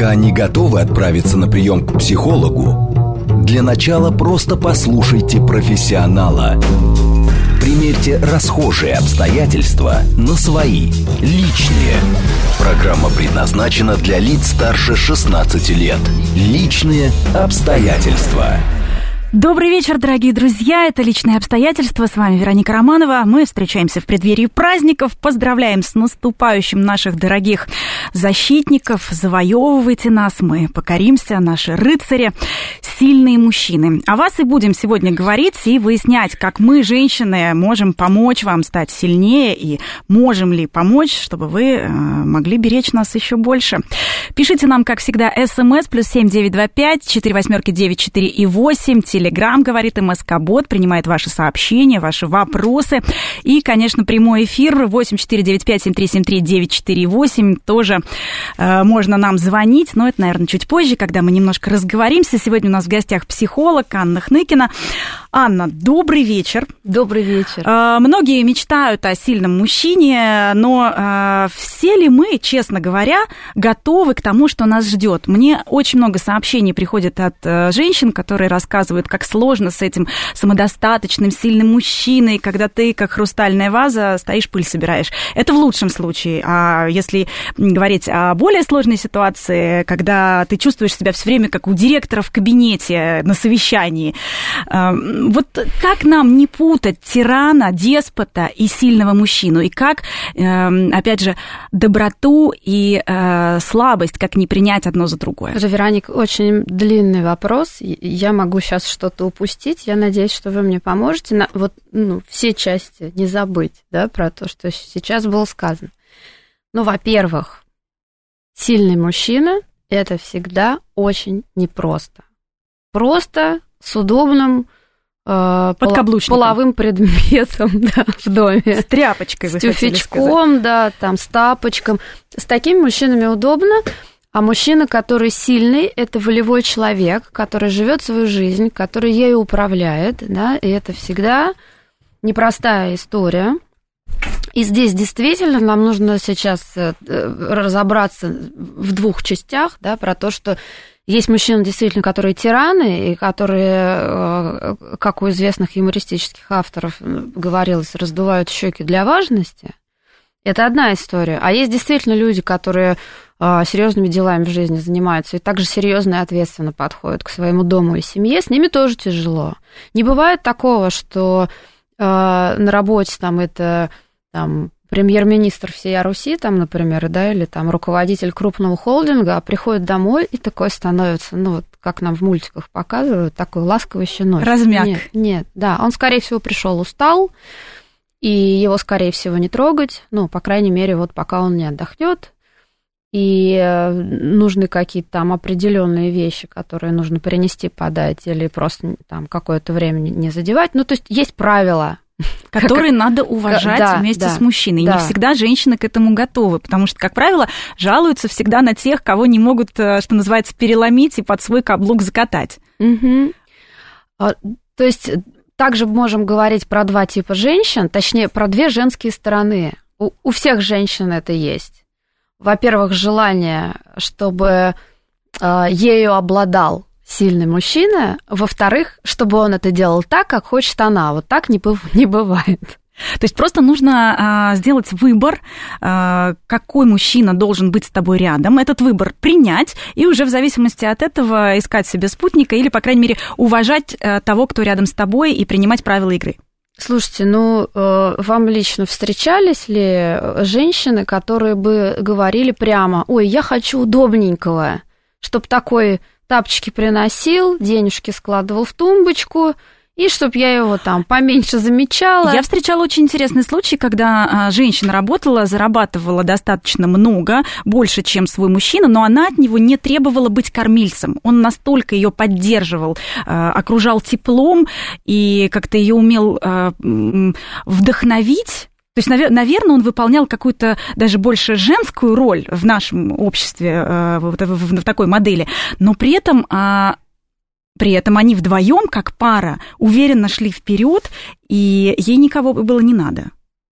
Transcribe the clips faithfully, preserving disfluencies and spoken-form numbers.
Пока не готовы отправиться на прием к психологу, для начала просто послушайте профессионала. Примерьте расхожие обстоятельства на свои, личные. Программа предназначена для лиц старше шестнадцати лет. Личные обстоятельства. Добрый вечер, дорогие друзья. Это «Личные обстоятельства». С вами Вероника Романова. Мы встречаемся в преддверии праздников. Поздравляем с наступающим наших дорогих защитников. Завоевывайте нас, мы покоримся, наши рыцари, сильные мужчины. О вас и будем сегодня говорить и выяснять, как мы, женщины, можем помочь вам стать сильнее и можем ли помочь, чтобы вы могли беречь нас еще больше. Пишите нам, как всегда, смс плюс семь девять два пять четыре восьмерки девять четыре и восемь. Телеграм, говорит МСК-бот, принимает ваши сообщения, ваши вопросы. И, конечно, прямой эфир восемь четыре девять пять семь три семь три девять четыре восемь. Тоже э, можно нам звонить, но это, наверное, чуть позже, когда мы немножко разговоримся. Сегодня у нас в гостях психолог Анна Хныкина. Анна, добрый вечер. Добрый вечер. Э, многие мечтают о сильном мужчине, но э, все ли мы, честно говоря, готовы к тому, что нас ждет? Мне очень много сообщений приходит от э, женщин, которые рассказывают, как сложно с этим самодостаточным, сильным мужчиной, когда ты, как хрустальная ваза, стоишь, пыль собираешь. Это в лучшем случае. А если говорить о более сложной ситуации, когда ты чувствуешь себя все время как у директора в кабинете на совещании, вот как нам не путать тирана, деспота и сильного мужчину? И как, опять же, доброту и слабость, как не принять одно за другое? Вероника, очень длинный вопрос. Я могу сейчас что-то упустить. Я надеюсь, что вы мне поможете. На, вот, ну, все части не забыть, да, про то, что сейчас было сказано. Ну, во-первых, сильный мужчина – это всегда очень непросто. Просто с удобным э, половым предметом, да, в доме. С тряпочкой, вы хотели сказать. С тюфячком, да, там, с тапочком. С такими мужчинами удобно. А мужчина, который сильный, это волевой человек, который живет свою жизнь, который ею управляет, да, и это всегда непростая история. И здесь действительно нам нужно сейчас разобраться в двух частях, да, про то, что есть мужчины, действительно, которые тираны, и которые, как у известных юмористических авторов говорилось, раздувают щеки для важности. Это одна история. А есть действительно люди, которые серьезными делами в жизни занимаются и также серьезно и ответственно подходят к своему дому и семье, с ними тоже тяжело. Не бывает такого, что э, на работе там это там, премьер-министр всей Руси, там, например, да, или там руководитель крупного холдинга, а приходит домой и такой становится, ну вот как нам в мультиках показывают, такой ласковый щеночек. Размяк. Нет, нет, да, он, скорее всего, пришел устал, и его, скорее всего, не трогать, ну, по крайней мере, вот пока он не отдохнет. И нужны какие-то там определенные вещи, которые нужно принести, подать, или просто там какое-то время не задевать. Ну, то есть есть правила, которые как... надо уважать да, вместе да, с мужчиной. И да. Не всегда женщины к этому готовы, потому что, как правило, жалуются всегда на тех, кого не могут, что называется, переломить и под свой каблук закатать. Угу. А, то есть также можем говорить про два типа женщин, точнее, про две женские стороны. У, у всех женщин это есть. Во-первых, желание, чтобы э, ею обладал сильный мужчина. Во-вторых, чтобы он это делал так, как хочет она. Вот так не, быв- не бывает. То есть просто нужно э, сделать выбор, э, какой мужчина должен быть с тобой рядом, этот выбор принять, и уже в зависимости от этого искать себе спутника или, по крайней мере, уважать э, того, кто рядом с тобой, и принимать правила игры. Слушайте, ну, вам лично встречались ли женщины, которые бы говорили прямо: ой, я хочу удобненького, чтобы такой тапочки приносил, денежки складывал в тумбочку, и чтобы я его там поменьше замечала. Я встречала очень интересный случай, когда женщина работала, зарабатывала достаточно много, больше, чем свой мужчина, но она от него не требовала быть кормильцем. Он настолько ее поддерживал, окружал теплом и как-то ее умел вдохновить. То есть, наверное, он выполнял какую-то даже больше женскую роль в нашем обществе, в такой модели, но при этом... При этом они вдвоем, как пара, уверенно шли вперед, и ей никого было не надо.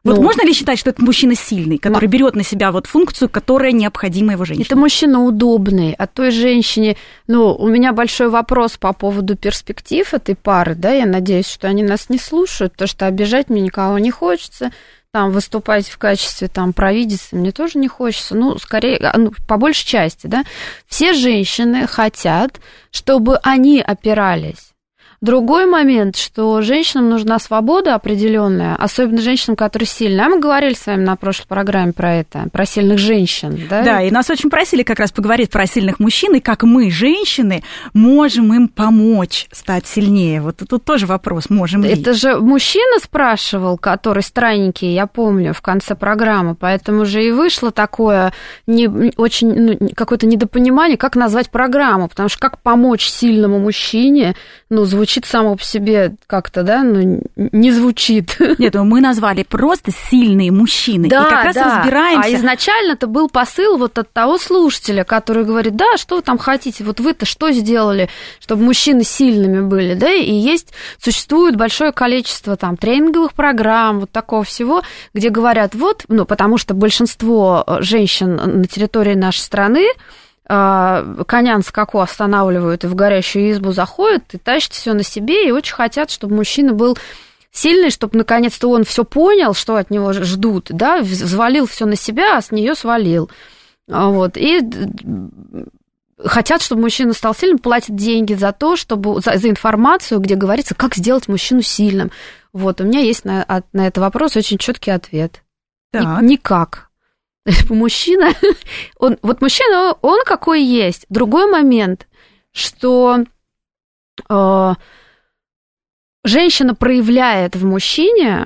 Вот ну, можно ли считать, что это мужчина сильный, который но... берет на себя вот функцию, которая необходима его женщине? Это мужчина удобный, а той женщине, ну, у меня большой вопрос по поводу перспектив этой пары, да, я надеюсь, что они нас не слушают, потому что обижать мне никого не хочется, там, выступать в качестве, там, провидицы мне тоже не хочется, ну, скорее, ну, по большей части, да, все женщины хотят, чтобы они опирались. Другой момент, что женщинам нужна свобода определенная, особенно женщинам, которые сильные. А мы говорили с вами на прошлой программе про это, про сильных женщин. Да, да, и нас очень просили как раз поговорить про сильных мужчин, и как мы, женщины, можем им помочь стать сильнее. Вот тут тоже вопрос, можем ли. Это же мужчина спрашивал, который странненький, я помню, в конце программы, поэтому же и вышло такое не, очень, ну, какое-то недопонимание, как назвать программу, потому что как помочь сильному мужчине, ну, звучит само по себе как-то, да, ну, не звучит. Нет, мы назвали просто сильные мужчины. Да, и как раз да. разбираемся. А изначально это был посыл вот от того слушателя, который говорит, да, что вы там хотите, вот вы-то что сделали, чтобы мужчины сильными были, да, и есть, существует большое количество там тренинговых программ, вот такого всего, где говорят, вот, ну, потому что большинство женщин на территории нашей страны коня на скаку останавливают и в горящую избу заходят, и тащат все на себе, и очень хотят, чтобы мужчина был сильный, чтобы наконец-то он все понял, что от него ждут, да, взвалил все на себя, а с нее свалил. Вот. И хотят, чтобы мужчина стал сильным, платят деньги за то, чтобы за, за информацию, где говорится, как сделать мужчину сильным. Вот. У меня есть на, на этот вопрос очень четкий ответ. Так. Никак. Мужчина, он, вот мужчина, он какой есть. Другой момент, что э, женщина проявляет в мужчине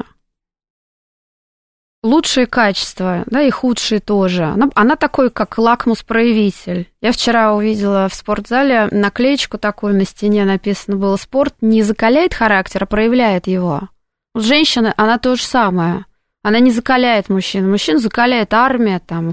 лучшие качества, да, и худшие тоже. Она, она такой, как лакмус-проявитель. Я вчера увидела в спортзале наклеечку такую на стене, написано было: спорт не закаляет характер, а проявляет его. Вот женщина, она то же самое. Она не закаляет мужчин. Мужчин закаляет армия, там,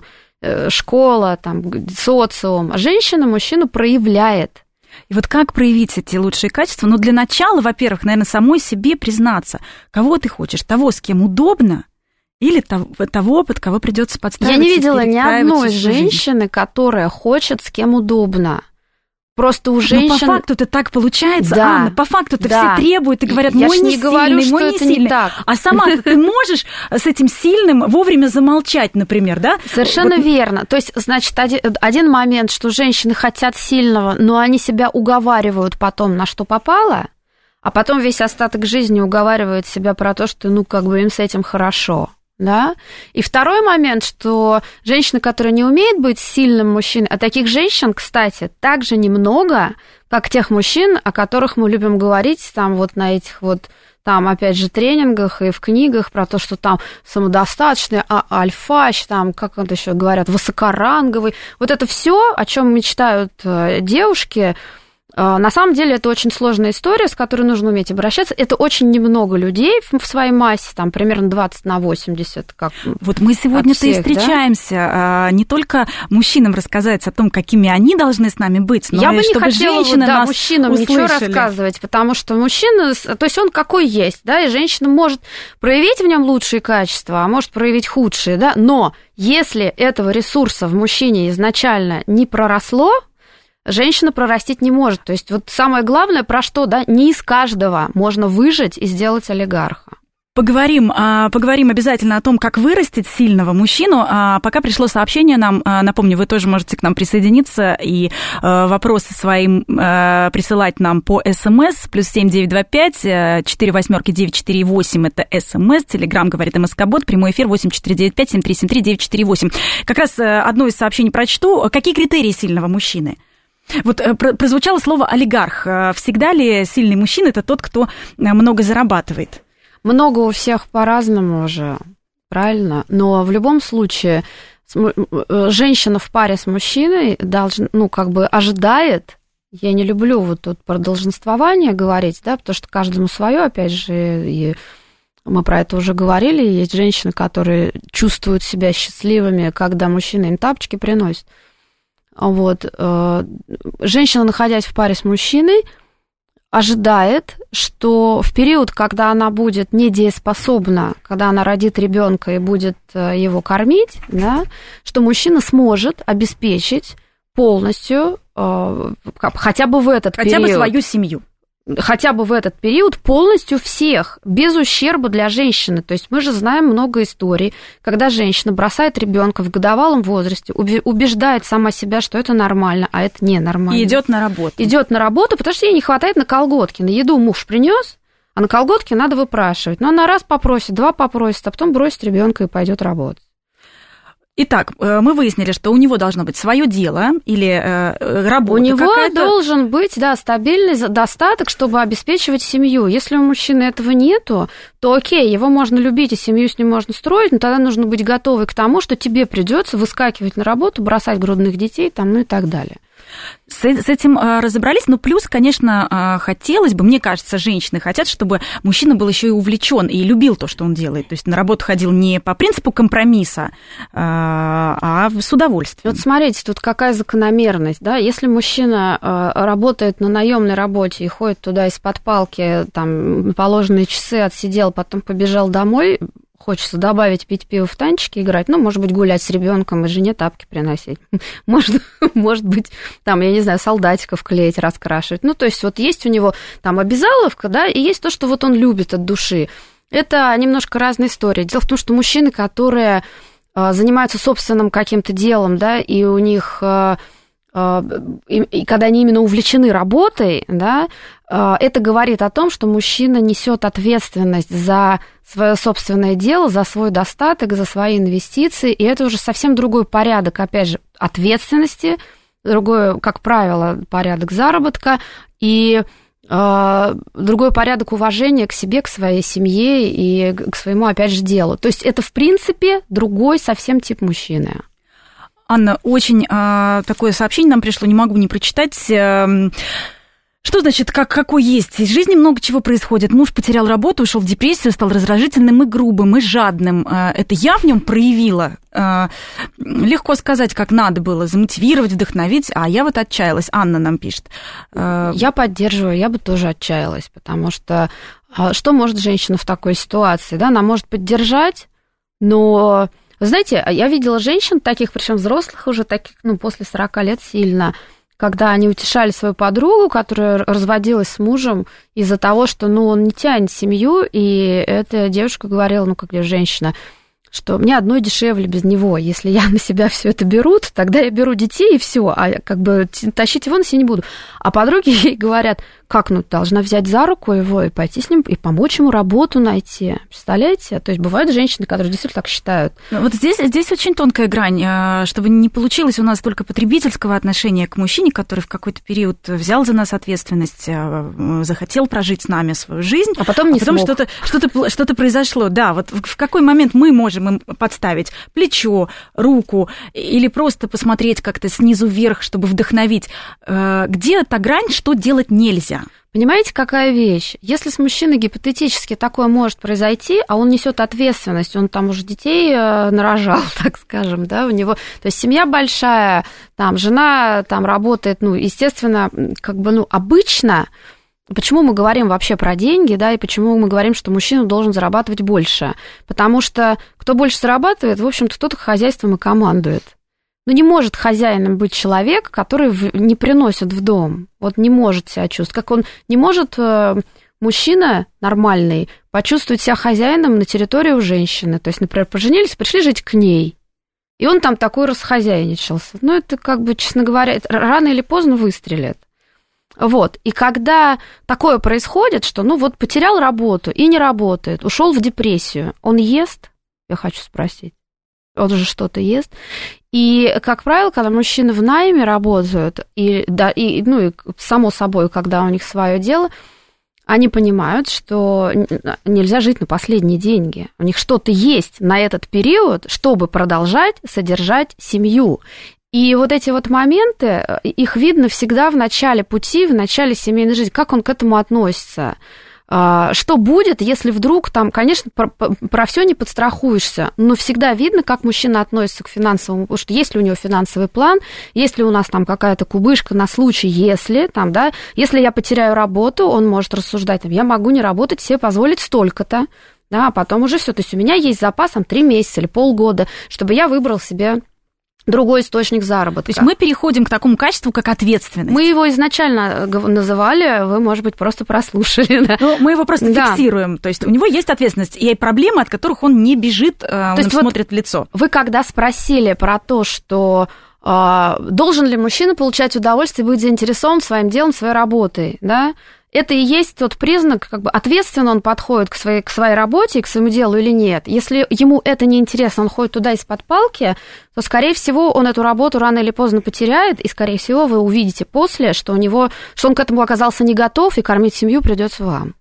школа, там, социум. А женщина мужчину проявляет. И вот как проявить эти лучшие качества? Ну, для начала, во-первых, наверное, самой себе признаться, кого ты хочешь, того, с кем удобно, или того, того под кого придется подстраиваться. Я не видела ни одной женщины, которая хочет, с кем удобно. Просто у женщин... Но по факту-то так получается, да, Анна, по факту-то да. все требуют и говорят, я мой не, не говорю, сильный, мой не это сильный. Не так. А сама-то ты можешь с этим сильным вовремя замолчать, например, да? Совершенно вот. Верно. То есть, значит, один, один момент, что женщины хотят сильного, но они себя уговаривают потом, на что попало, а потом весь остаток жизни уговаривают себя про то, что, ну, как бы им с этим хорошо. Да? И второй момент, что женщина, которая не умеет быть сильным мужчиной, а таких женщин, кстати, также немного, как тех мужчин, о которых мы любим говорить там вот на этих вот, там, опять же, тренингах и в книгах про то, что там самодостаточный, а альфач, там, как это еще говорят, высокоранговый. Вот это все, о чем мечтают девушки. На самом деле это очень сложная история, с которой нужно уметь обращаться. Это очень немного людей в своей массе, там примерно двадцать на восемьдесят. Как вот мы сегодня-то и встречаемся. Да? Не только мужчинам рассказать о том, какими они должны с нами быть, но Я и бы чтобы не хотела женщины да, нас мужчинам услышали. Ничего рассказывать, потому что мужчина, то есть он какой есть, да, и женщина может проявить в нем лучшие качества, а может проявить худшие, да, но если этого ресурса в мужчине изначально не проросло, женщина прорастить не может. То есть вот самое главное, про что, да, не из каждого можно выжать и сделать олигарха. Поговорим, поговорим обязательно о том, как вырастить сильного мужчину. Пока пришло сообщение нам, напомню, вы тоже можете к нам присоединиться и вопросы свои присылать нам по СМС, плюс семь девять два пять четыре восьмерки девять четыре восемь, это СМС, Телеграм говорит МСК-бот, прямой эфир восемь четыре девять пять семь три семь три девять четыре восемь. Как раз одно из сообщений прочту. Какие критерии сильного мужчины? Вот прозвучало слово олигарх. Всегда ли сильный мужчина – это тот, кто много зарабатывает? Много у всех по-разному уже, правильно? Но в любом случае женщина в паре с мужчиной должна, ну, как бы ожидает. Я не люблю вот тут про долженствование говорить, да, потому что каждому свое, опять же, и мы про это уже говорили. Есть женщины, которые чувствуют себя счастливыми, когда мужчина им тапочки приносит. Вот. Женщина, находясь в паре с мужчиной, ожидает, что в период, когда она будет недееспособна, когда она родит ребенка и будет его кормить, да, что мужчина сможет обеспечить полностью, хотя бы в этот хотя период... Хотя бы свою семью. Хотя бы в этот период полностью всех, без ущерба для женщины. То есть мы же знаем много историй, когда женщина бросает ребенка в годовалом возрасте, убеждает сама себя, что это нормально, а это ненормально. И идет на работу. Идет на работу, потому что ей не хватает на колготки. На еду муж принес, а на колготки надо выпрашивать. Но она раз попросит, два попросит, а потом бросит ребенка и пойдет работать. Итак, мы выяснили, что у него должно быть свое дело или э, работа. У него какая-то. Должен быть, да, стабильный достаток, чтобы обеспечивать семью. Если у мужчины этого нету, то окей, его можно любить, и семью с ним можно строить, но тогда нужно быть готовой к тому, что тебе придется выскакивать на работу, бросать грудных детей, там, ну и так далее. С, с этим э, разобрались, но плюс, конечно, э, хотелось бы, мне кажется, женщины хотят, чтобы мужчина был еще и увлечен и любил то, что он делает. То есть на работу ходил не по принципу компромисса, э, а с удовольствием. Вот смотрите, тут какая закономерность, да? Если мужчина э, работает на наемной работе и ходит туда из-под палки, там, положенные часы отсидел, потом побежал домой, хочется добавить пить пиво в танчики, играть, ну, может быть, гулять с ребенком и жене тапки приносить. Может, может быть, там, я не знаю, солдатиков клеить, раскрашивать. Ну, то есть вот есть у него там обязаловка, да, и есть то, что вот он любит от души. Это немножко разная история. Дело в том, что мужчины, которые занимаются собственным каким-то делом, да, и у них... И, и когда они именно увлечены работой, да, это говорит о том, что мужчина несет ответственность за свое собственное дело, за свой достаток, за свои инвестиции, и это уже совсем другой порядок, опять же, ответственности, другой, как правило, порядок заработка и э, другой порядок уважения к себе, к своей семье и к своему, опять же, делу. То есть это, в принципе, другой совсем тип мужчины. Анна, очень э, такое сообщение нам пришло, не могу не прочитать. Э, что значит, как, какой есть? В жизни много чего происходит. Муж потерял работу, ушел в депрессию, стал раздражительным и грубым, и жадным. Э, это я в нем проявила. Э, легко сказать, как надо было, замотивировать, вдохновить, а я вот отчаялась. Анна нам пишет. Э, я поддерживаю, я бы тоже отчаялась, потому что что может женщина в такой ситуации? Да? Она может поддержать, но... Вы знаете, я видела женщин таких, причем взрослых уже, таких, ну, после сорока лет сильно, когда они утешали свою подругу, которая разводилась с мужем из-за того, что, ну, он не тянет семью, и эта девушка говорила, ну, как женщина, что мне одной дешевле без него. Если я на себя все это беру, то тогда я беру детей и все, а как бы тащить его на себе не буду. А подруги ей говорят, как, ну, должна взять за руку его и пойти с ним, и помочь ему работу найти. Представляете? То есть бывают женщины, которые действительно так считают. Вот здесь, здесь очень тонкая грань, чтобы не получилось у нас только потребительского отношения к мужчине, который в какой-то период взял за нас ответственность, захотел прожить с нами свою жизнь, а потом не а потом смог. что-то, что-то, что-то произошло. Да, вот в какой момент мы можем им подставить плечо, руку или просто посмотреть как-то снизу вверх, чтобы вдохновить. Где та грань, что делать нельзя? Понимаете, какая вещь? Если с мужчиной гипотетически такое может произойти, а он несет ответственность, он там уже детей нарожал, так скажем, да, у него, то есть семья большая, там жена там работает, ну, естественно, как бы, ну, обычно. Почему мы говорим вообще про деньги, да, и почему мы говорим, что мужчина должен зарабатывать больше? Потому что кто больше зарабатывает, в общем-то, тот хозяйством и командует. Ну, не может хозяином быть человек, который в, не приносит в дом, вот не может себя чувствовать. Как он не может, э, мужчина нормальный, почувствовать себя хозяином на территории у женщины. То есть, например, поженились, пришли жить к ней, и он там такой расхозяйничался. Ну, это как бы, честно говоря, рано или поздно выстрелит. Вот, и когда такое происходит, что, ну, вот потерял работу и не работает, ушел в депрессию, он ест? Я хочу спросить. Он же что-то ест. И, как правило, когда мужчины в найме работают, и, да, и, ну, и само собой, когда у них свое дело, они понимают, что нельзя жить на последние деньги. У них что-то есть на этот период, чтобы продолжать содержать семью. И вот эти вот моменты, их видно всегда в начале пути, в начале семейной жизни, как он к этому относится. Что будет, если вдруг там, конечно, про, про все не подстрахуешься, но всегда видно, как мужчина относится к финансовому, потому что есть ли у него финансовый план, есть ли у нас там какая-то кубышка на случай, если, там, да, если я потеряю работу, он может рассуждать, там, я могу не работать, себе позволить столько-то, да, а потом уже все, то есть у меня есть запас там три месяца или полгода, чтобы я выбрал себе другой источник заработка. То есть мы переходим к такому качеству, как ответственность. Мы его изначально называли, вы, может быть, просто прослушали. Да? Ну, мы его просто да. фиксируем. То есть у него есть ответственность и проблемы, от которых он не бежит, он им смотрит в лицо. Вы когда спросили про то, что э, должен ли мужчина получать удовольствие и быть заинтересован своим делом, своей работой, да? Это и есть тот признак, как бы ответственно он подходит к своей, к своей работе и к своему делу или нет. Если ему это не интересно, он ходит туда из-под палки, то, скорее всего, он эту работу рано или поздно потеряет, и, скорее всего, вы увидите после, что у него, что он к этому оказался не готов, и кормить семью придется вам.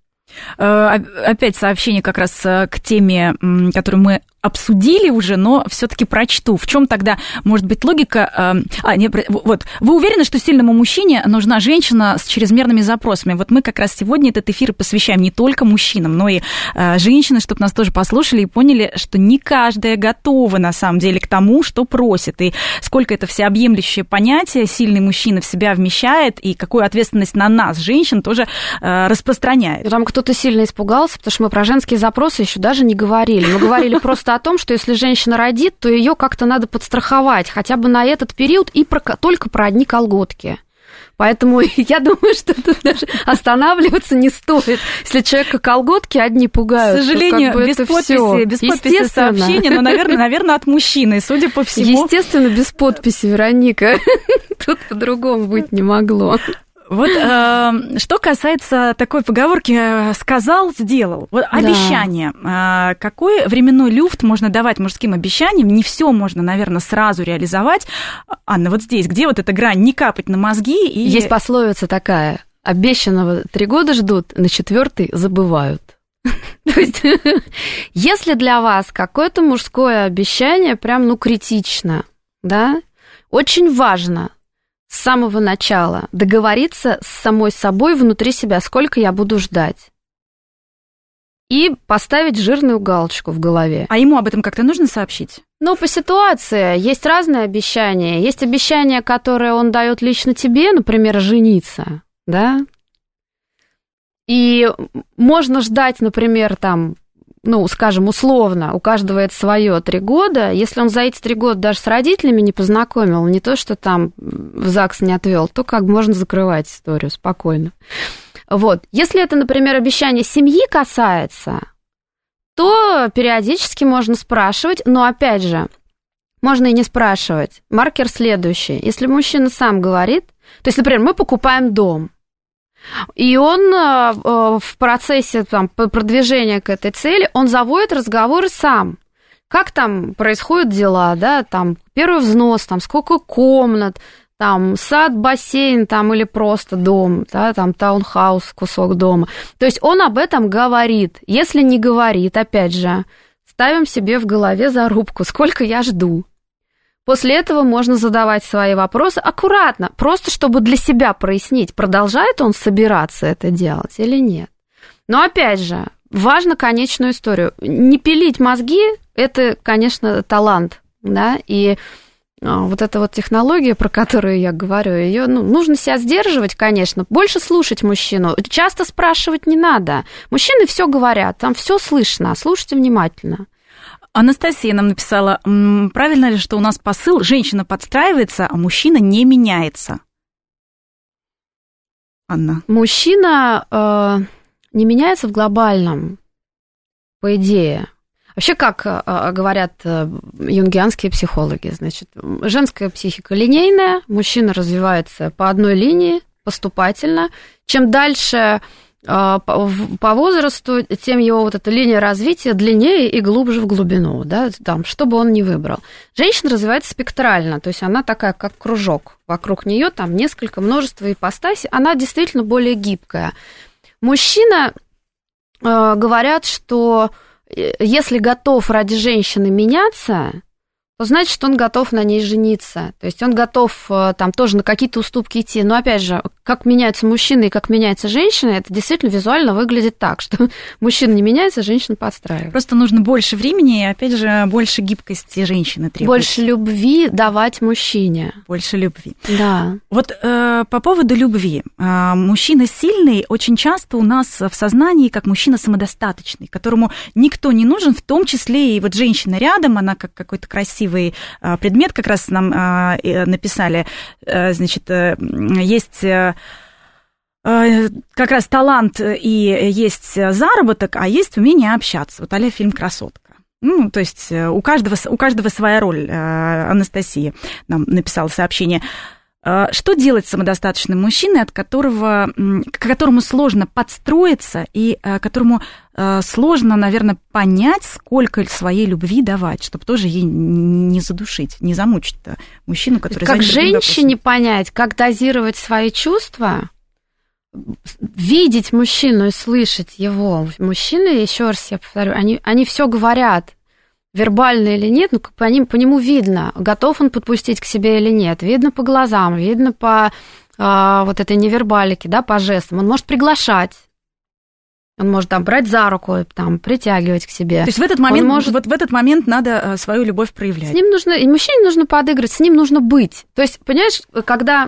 Опять сообщение как раз к теме, которую мы обсудили уже, но все-таки прочту. В чем тогда может быть логика? А, нет, вот. Вы уверены, что сильному мужчине нужна женщина с чрезмерными запросами? Вот мы как раз сегодня этот эфир посвящаем не только мужчинам, но и женщинам, чтобы нас тоже послушали и поняли, что не каждая готова на самом деле к тому, что просит. И сколько это всеобъемлющее понятие сильный мужчина в себя вмещает, и какую ответственность на нас, женщин, тоже распространяет. Там кто-то сильно испугался, потому что мы про женские запросы еще даже не говорили. Мы говорили просто о том, что если женщина родит, то ее как-то надо подстраховать, хотя бы на этот период, и про, только про одни колготки. Поэтому я думаю, что тут даже останавливаться не стоит. Если человека колготки одни пугают, к сожалению, то как бы без это подписи, всё. без подписи сообщения, но, наверное, наверное, от мужчины, судя по всему. Естественно, без подписи, Вероника. Тут по-другому быть не могло. Вот э, что касается такой поговорки «сказал, сделал». Вот да. Обещание. Э, какой временной люфт можно давать мужским обещаниям? Не все можно, наверное, сразу реализовать. Анна, вот здесь, где вот эта грань «не капать на мозги»? И... Есть пословица такая: обещанного три года ждут, на четвертый забывают. То есть, если для вас какое-то мужское обещание прям, ну, критично, да, очень важно с самого начала договориться с самой собой внутри себя, сколько я буду ждать. И поставить жирную галочку в голове. А ему об этом как-то нужно сообщить? Ну, по ситуации. Есть разные обещания. Есть обещания, которые он дает лично тебе, например, жениться, да? И можно ждать, например, там, ну, скажем, условно, у каждого это свое, три года. Если он за эти три года даже с родителями не познакомил, не то, что там в ЗАГС не отвел, то как бы можно закрывать историю спокойно. Вот. Если это, например, обещание семьи касается, то периодически можно спрашивать, но, опять же, можно и не спрашивать. Маркер следующий. Если мужчина сам говорит, то есть, например, мы покупаем дом, и он в процессе там, продвижения к этой цели, он заводит разговоры сам. Как там происходят дела, да, там первый взнос, там сколько комнат, там сад, бассейн, там или просто дом, да, там таунхаус, кусок дома. То есть он об этом говорит. Если не говорит, опять же, ставим себе в голове зарубку, сколько я жду. После этого можно задавать свои вопросы аккуратно, просто чтобы для себя прояснить, продолжает он собираться это делать или нет. Но опять же, важно конечную историю. Не пилить мозги – это, конечно, талант, да, и вот эта вот технология, про которую я говорю, ее, ну, нужно себя сдерживать, конечно, больше слушать мужчину, часто спрашивать не надо. Мужчины все говорят, там все слышно, слушайте внимательно. Анастасия нам написала, правильно ли, что у нас посыл, женщина подстраивается, а мужчина не меняется? Анна. Мужчина э, не меняется в глобальном, по идее. Вообще, как э, говорят э, юнгианские психологи, значит, женская психика линейная, мужчина развивается по одной линии, поступательно. Чем дальше по возрасту, тем его вот эта линия развития длиннее и глубже в глубину, да, там, что бы он ни выбрал. Женщина развивается спектрально, то есть она такая, как кружок. Вокруг нее там несколько, множество ипостасей, она действительно более гибкая. Мужчина, э, говорят, что если готов ради женщины меняться, то значит, что он готов на ней жениться. То есть он готов там тоже на какие-то уступки идти. Но опять же, как меняются мужчины и как меняется женщина, это действительно визуально выглядит так, что мужчина не меняется, женщина подстраивается. Просто нужно больше времени и, опять же, больше гибкости женщины требуется. Больше любви давать мужчине. Больше любви. Да. Вот э, по поводу любви. Э, мужчина сильный очень часто у нас в сознании как мужчина самодостаточный, которому никто не нужен, в том числе и вот женщина рядом, она как какой-то красивый предмет, как раз нам написали, значит, есть как раз талант и есть заработок, а есть умение общаться. Вот а-ля фильм «Красотка». Ну, то есть у каждого, у каждого своя роль. Анастасия нам написала сообщение. Что делать с самодостаточным мужчиной, от которого, к которому сложно подстроиться и которому сложно, наверное, понять, сколько своей любви давать, чтобы тоже ей не задушить, не замучить мужчину, который... Как женщине понять, как дозировать свои чувства, видеть мужчину и слышать его. Мужчины, еще раз я повторю, они, они все говорят, вербально или нет, ну, по, ним, по нему видно, готов он подпустить к себе или нет. Видно по глазам, видно по а, вот этой невербалике, да, по жестам. Он может приглашать, он может там брать за руку, там, притягивать к себе. То есть в этот момент, может... вот в этот момент надо свою любовь проявлять. С ним нужно, и мужчине нужно подыграть, с ним нужно быть. То есть, понимаешь, когда...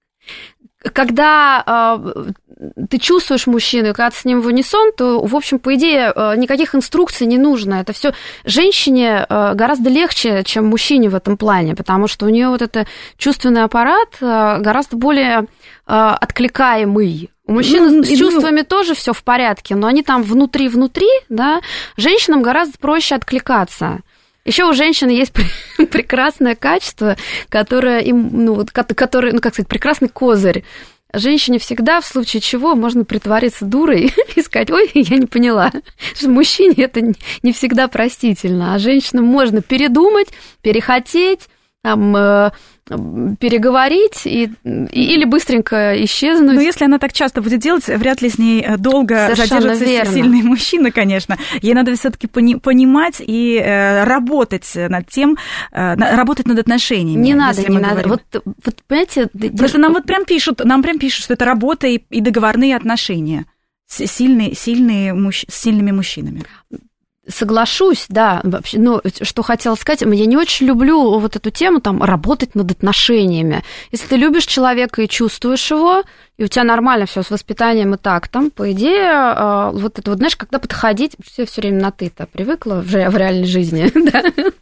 Когда э, ты чувствуешь мужчину, когда ты с ним в унисон, то, в общем, по идее, э, никаких инструкций не нужно. Это все женщине э, гораздо легче, чем мужчине в этом плане, потому что у нее вот этот чувственный аппарат э, гораздо более э, откликаемый. У мужчин ну, с чувствами ну... тоже все в порядке, но они там внутри-внутри, да, женщинам гораздо проще откликаться. Еще у женщины есть прекрасное качество, которое им, ну, вот, который, ну, как сказать, прекрасный козырь. Женщине всегда, в случае чего, можно притвориться дурой и сказать: ой, я не поняла. Что мужчине это не всегда простительно, а женщинам можно передумать, перехотеть, там, э, переговорить и, и, или быстренько исчезнуть. Но если она так часто будет делать, вряд ли с ней долго Совершенно задержится верно. Сильный мужчина, конечно. Ей надо все-таки пони- понимать и э, работать над тем, э, работать над отношениями. Не надо, не надо. Вот, вот, понимаете, просто нам вот прям пишут, нам прям пишут, что это работа и, и договорные отношения с, сильные, сильные мужч... с сильными мужчинами. Соглашусь, да, вообще, но что хотела сказать, я не очень люблю вот эту тему, там, работать над отношениями. Если ты любишь человека и чувствуешь его, и у тебя нормально все с воспитанием и тактом, по идее, вот это вот, знаешь, когда подходить, все все время на ты-то привыкла в реальной жизни, да,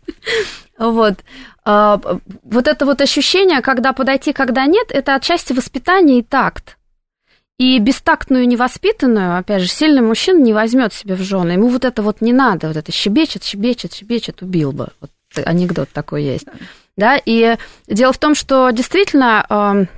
вот. Вот это вот ощущение, когда подойти, когда нет, это отчасти воспитание и такт. И бестактную, невоспитанную, опять же, сильный мужчина не возьмет себе в жены. Ему вот это вот не надо, вот это щебечет, щебечет, щебечет, убил бы. Вот анекдот такой есть. Да, и дело в том, что действительно,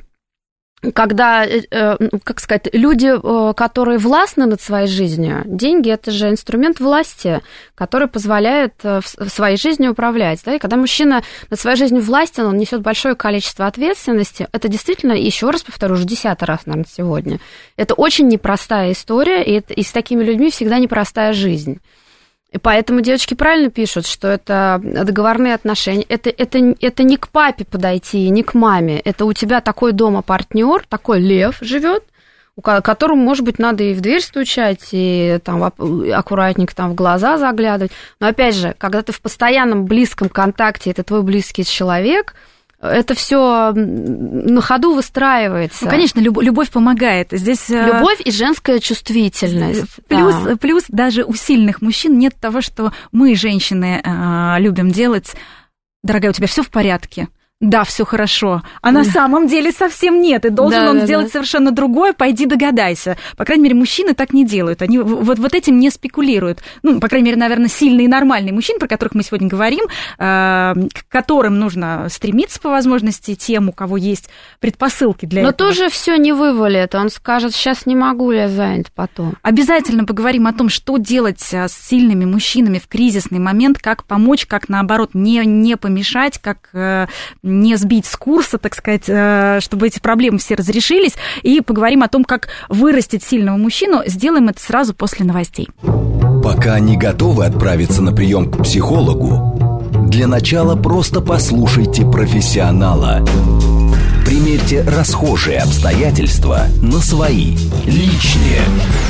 когда, как сказать, люди, которые властны над своей жизнью, деньги – это же инструмент власти, который позволяет своей жизнью управлять. Да? И когда мужчина над своей жизнью властен, он несет большое количество ответственности. Это действительно, еще раз повторю, уже десятый раз, наверное, сегодня. Это очень непростая история, и, это, и с такими людьми всегда непростая жизнь. И поэтому девочки правильно пишут, что это договорные отношения. Это, это, это не к папе подойти, не к маме. Это у тебя такой дома партнер, такой лев живет, которому, может быть, надо и в дверь стучать, и там аккуратненько там в глаза заглядывать. Но опять же, когда ты в постоянном близком контакте, это твой близкий человек, это все на ходу выстраивается. Ну, конечно, люб- любовь помогает. Здесь любовь и женская чувствительность. Плюс, да. плюс даже у сильных мужчин нет того, что мы, женщины, любим делать. Дорогая, у тебя все в порядке? Да, все хорошо. А на самом деле совсем нет. И должен да, он да, сделать да. совершенно другое. Пойди догадайся. По крайней мере, мужчины так не делают. Они вот, вот этим не спекулируют. Ну, по крайней мере, наверное, сильные и нормальные мужчины, про которых мы сегодня говорим, э, к которым нужно стремиться по возможности, тем, у кого есть предпосылки для Но этого. Но тоже все не вывалит. Он скажет: сейчас не могу, я занят потом. Обязательно поговорим о том, что делать с сильными мужчинами в кризисный момент, как помочь, как, наоборот, не, не помешать, как... Э, не сбить с курса, так сказать, чтобы эти проблемы все разрешились, и поговорим о том, как вырастить сильного мужчину. Сделаем это сразу после новостей. Пока не готовы отправиться на прием к психологу, Для начала просто послушайте профессионала. Примерьте расхожие обстоятельства на свои, личные.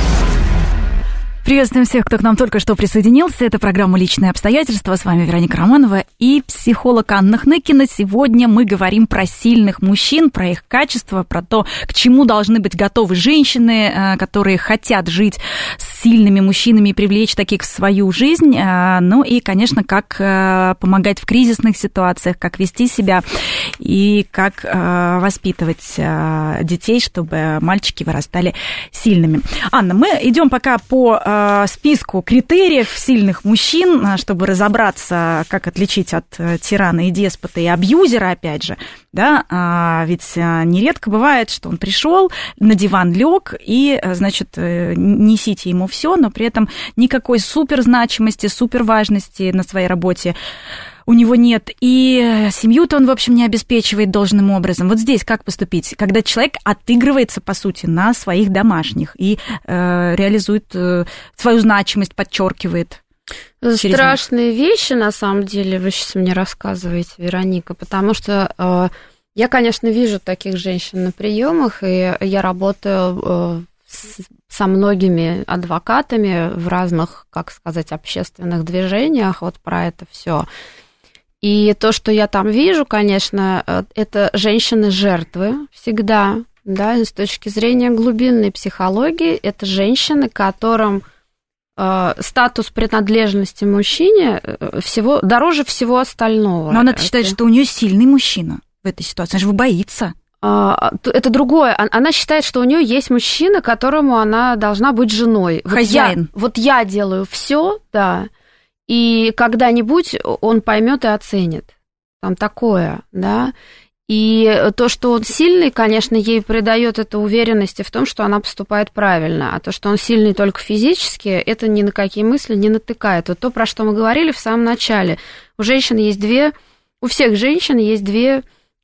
Приветствуем всех, кто к нам только что присоединился. Это программа «Личные обстоятельства». С вами Вероника Романова и психолог Анна Хныкина. Сегодня мы говорим про сильных мужчин, про их качества, про то, к чему должны быть готовы женщины, которые хотят жить с сильными мужчинами и привлечь таких в свою жизнь. Ну и, конечно, как помогать в кризисных ситуациях, как вести себя и как воспитывать детей, чтобы мальчики вырастали сильными. Анна, мы идем пока по списку критериев сильных мужчин, чтобы разобраться, как отличить от тирана и деспота и абьюзера, опять же, да, а ведь нередко бывает, что он пришел, на диван лег и, значит, несите ему все, но при этом никакой суперзначимости, суперважности на своей работе у него нет, и семью-то он, в общем, не обеспечивает должным образом. Вот здесь как поступить, когда человек отыгрывается, по сути, на своих домашних и э, реализует э, свою значимость, подчеркивает? Страшные вещи, на самом деле, вы сейчас мне рассказываете, Вероника, потому что э, я, конечно, вижу таких женщин на приемах, и я работаю э, с, со многими адвокатами в разных, как сказать, общественных движениях, вот про это все. И то, что я там вижу, конечно, это женщины-жертвы всегда, да, с точки зрения глубинной психологии, это женщины, которым э, статус принадлежности мужчине всего, дороже всего остального. Но она-то считает, что у нее сильный мужчина в этой ситуации, она же боится. Это другое. Она считает, что у нее есть мужчина, которому она должна быть женой. Хозяин. Вот я, вот я делаю все, да. И когда-нибудь он поймет и оценит. Там такое, да. И то, что он сильный, конечно, ей придает это уверенности в том, что она поступает правильно. А то, что он сильный только физически, это ни на какие мысли не натыкает. Вот то, про что мы говорили в самом начале. У женщин есть две, у всех женщин есть две,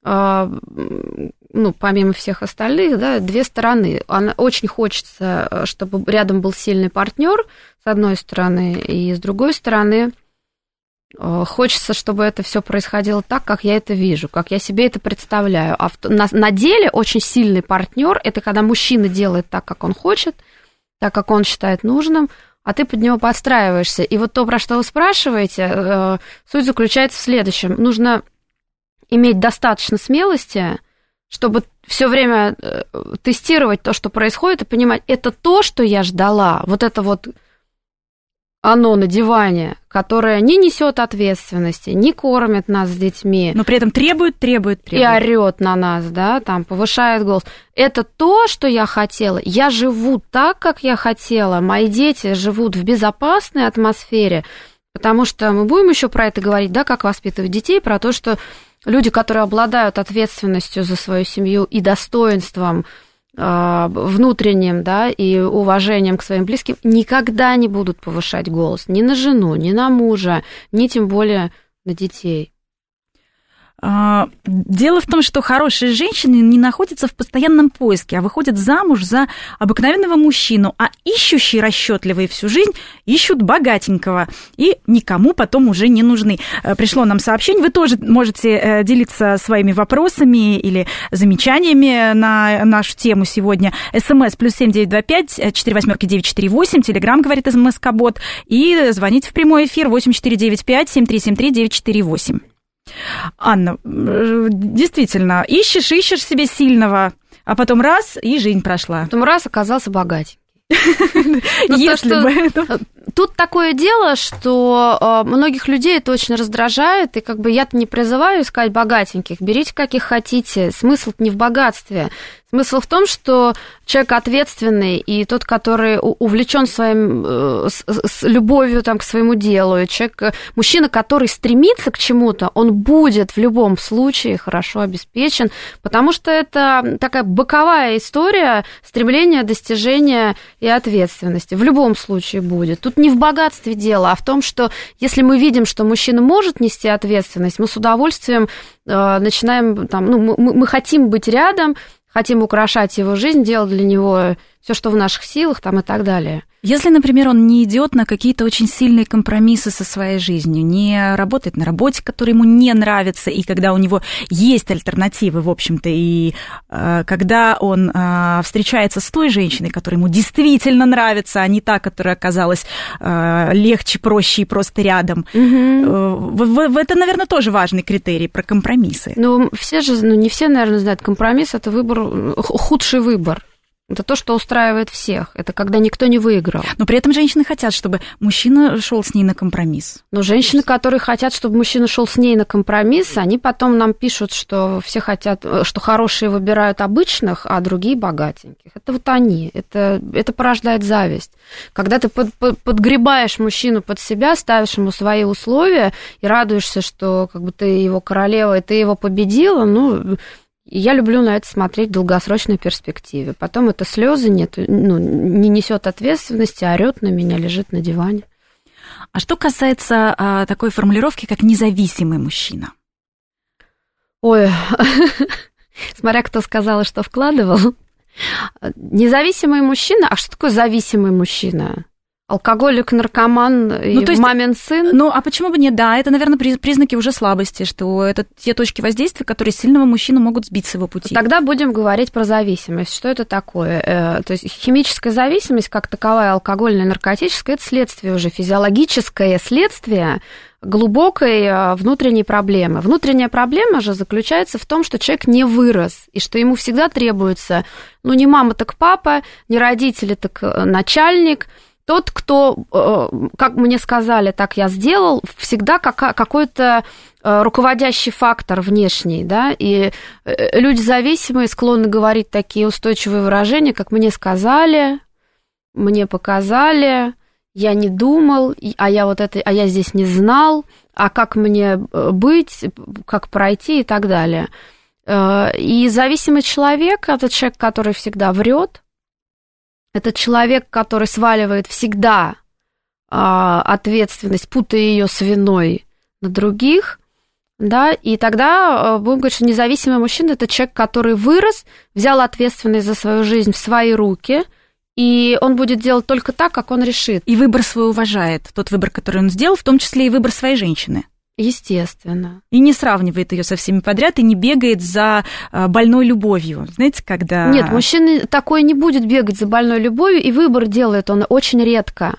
ну, помимо всех остальных, да, две стороны. Она, очень хочется, чтобы рядом был сильный партнер, с одной стороны, и с другой стороны, хочется, чтобы это все происходило так, как я это вижу, как я себе это представляю. А в, на, на деле очень сильный партнер – это когда мужчина делает так, как он хочет, так, как он считает нужным, а ты под него подстраиваешься. И вот то, про что вы спрашиваете, суть заключается в следующем. Нужно иметь достаточно смелости, чтобы все время тестировать то, что происходит, и понимать, это то, что я ждала, вот это вот оно на диване, которое не несет ответственности, не кормит нас с детьми. Но при этом требует, требует, требует. И орет на нас, да, там, повышает голос. Это то, что я хотела. Я живу так, как я хотела. Мои дети живут в безопасной атмосфере, потому что мы будем еще про это говорить, да, как воспитывать детей, про то, что люди, которые обладают ответственностью за свою семью и достоинством э, внутренним, да, и уважением к своим близким, никогда не будут повышать голос ни на жену, ни на мужа, ни тем более на детей. Дело в том, что хорошие женщины не находятся в постоянном поиске, а выходят замуж за обыкновенного мужчину, а ищущие расчетливые всю жизнь ищут богатенького и никому потом уже не нужны. Пришло нам сообщение, вы тоже можете делиться своими вопросами или замечаниями на нашу тему сегодня. СМС плюс семь девять два пять четыре восьмерки девять четыре восемь, Телеграм, говорит СМС-кабот, и звоните в прямой эфир восемь четыре девять пять семь три семь три девять четыре восемь. Анна, действительно, ищешь, ищешь себе сильного, а потом раз, и жизнь прошла. Потом раз, оказался богатенький. Если бы... Тут такое дело, что многих людей это очень раздражает, и как бы я-то не призываю искать богатеньких, берите каких хотите, смысл-то не в богатстве. Смысл в том, что человек ответственный и тот, который увлечен своим, с, с любовью там, к своему делу, человек, мужчина, который стремится к чему-то, он будет в любом случае хорошо обеспечен, потому что это такая боковая история стремления, достижения и ответственности. В любом случае будет. Тут не в богатстве дело, а в том, что если мы видим, что мужчина может нести ответственность, мы с удовольствием э, начинаем, там, ну, мы, мы хотим быть рядом, хотим украшать его жизнь, делать для него все, что в наших силах, там, и так далее. Если, например, он не идет на какие-то очень сильные компромиссы со своей жизнью, не работает на работе, которая ему не нравится, и когда у него есть альтернативы, в общем-то, и э, когда он э, встречается с той женщиной, которая ему действительно нравится, а не та, которая оказалась э, легче, проще и просто рядом, угу. э, в, в, это, наверное, тоже важный критерий про компромиссы. Ну, все же, ну, не все, наверное, знают, компромисс – это выбор, худший выбор. Это то, что устраивает всех. Это когда никто не выиграл. Но при этом женщины хотят, чтобы мужчина шел с ней на компромисс. Но женщины, которые хотят, чтобы мужчина шел с ней на компромисс, они потом нам пишут, что все хотят, что хорошие выбирают обычных, а другие богатеньких. Это вот они. Это, это порождает зависть. Когда ты под, под, подгребаешь мужчину под себя, ставишь ему свои условия и радуешься, что как бы ты его королева, и ты его победила, ну... И я люблю на это смотреть в долгосрочной перспективе. Потом это слезы нет, ну, не несет ответственности, орет на меня, лежит на диване. А что касается а, такой формулировки, как независимый мужчина? Ой, смотря кто сказал, что вкладывал. Независимый мужчина, а что такое зависимый мужчина? Алкоголик, наркоман и ну, есть, мамин сын? Ну, а почему бы нет? Да, это, наверное, признаки уже слабости, что это те точки воздействия, которые сильного мужчину могут сбить с его пути. Тогда будем говорить про зависимость. Что это такое? То есть химическая зависимость, как таковая, алкогольная, наркотическая, это следствие уже, физиологическое следствие глубокой внутренней проблемы. Внутренняя проблема же заключается в том, что человек не вырос, и что ему всегда требуется, ну, не мама, так папа, не родители, так начальник. Тот, кто, как мне сказали, так я сделал, всегда какой-то руководящий фактор внешний, да, и люди зависимые склонны говорить такие устойчивые выражения, как «мне сказали», «мне показали», «я не думал», а я вот это, а я здесь не знал, а как мне быть, как пройти и так далее. И зависимый человек – это человек, который всегда врет. Это человек, который сваливает всегда а, ответственность, путая ее с виной на других, да, и тогда будем говорить, что независимый мужчина – это человек, который вырос, взял ответственность за свою жизнь в свои руки, и он будет делать только так, как он решит. И выбор свой уважает, тот выбор, который он сделал, в том числе и выбор своей женщины. Естественно. И не сравнивает ее со всеми подряд, и не бегает за больной любовью. Знаете, когда... Нет, мужчина такой не будет бегать за больной любовью, и выбор делает он очень редко.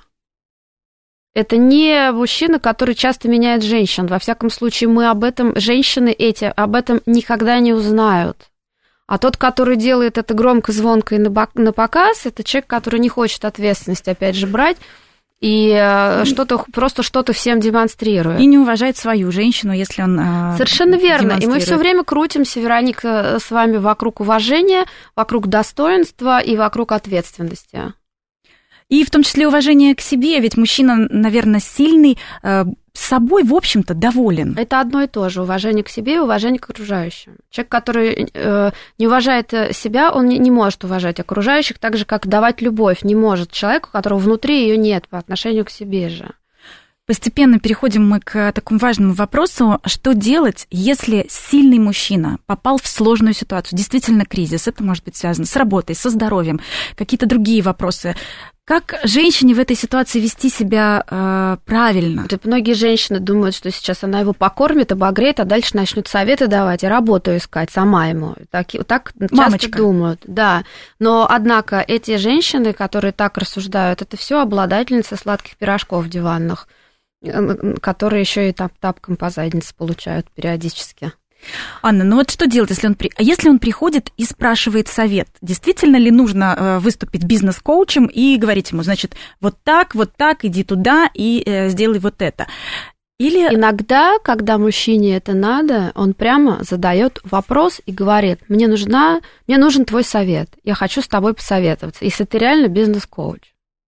Это не мужчина, который часто меняет женщин. Во всяком случае, мы об этом, женщины эти, об этом никогда не узнают. А тот, который делает это громко, звонко и на показ, это человек, который не хочет ответственность, опять же, брать, и что-то, просто что-то всем демонстрирует. И не уважает свою женщину, если он Совершенно верно. И мы все время крутимся, Вероника, с вами вокруг уважения, вокруг достоинства и вокруг ответственности. И в том числе уважение к себе, ведь мужчина, наверное, сильный, собой, в общем-то, доволен. Это одно и то же. Уважение к себе и уважение к окружающим. Человек, который э, не уважает себя, он не, не может уважать окружающих, так же, как давать любовь не может человеку, у которого внутри ее нет по отношению к себе же. Постепенно переходим мы к такому важному вопросу, что делать, если сильный мужчина попал в сложную ситуацию, действительно кризис, это может быть связано с работой, со здоровьем, какие-то другие вопросы. Как женщине в этой ситуации вести себя э, правильно? Вот многие женщины думают, что сейчас она его покормит, обогреет, а дальше начнет советы давать и работу искать сама ему. Так, так часто думают. Да. Но, однако, эти женщины, которые так рассуждают, это все обладательницы сладких пирожков диванных, которые еще и тап тапком по заднице получают периодически. Анна, ну вот что делать, если он, при... если он приходит и спрашивает совет? Действительно ли нужно выступить бизнес-коучем и говорить ему, значит, вот так, вот так, иди туда и э, сделай вот это? Или... Иногда, когда мужчине это надо, он прямо задает вопрос и говорит, мне, нужна... мне нужен твой совет, я хочу с тобой посоветоваться, если ты реально бизнес-коуч.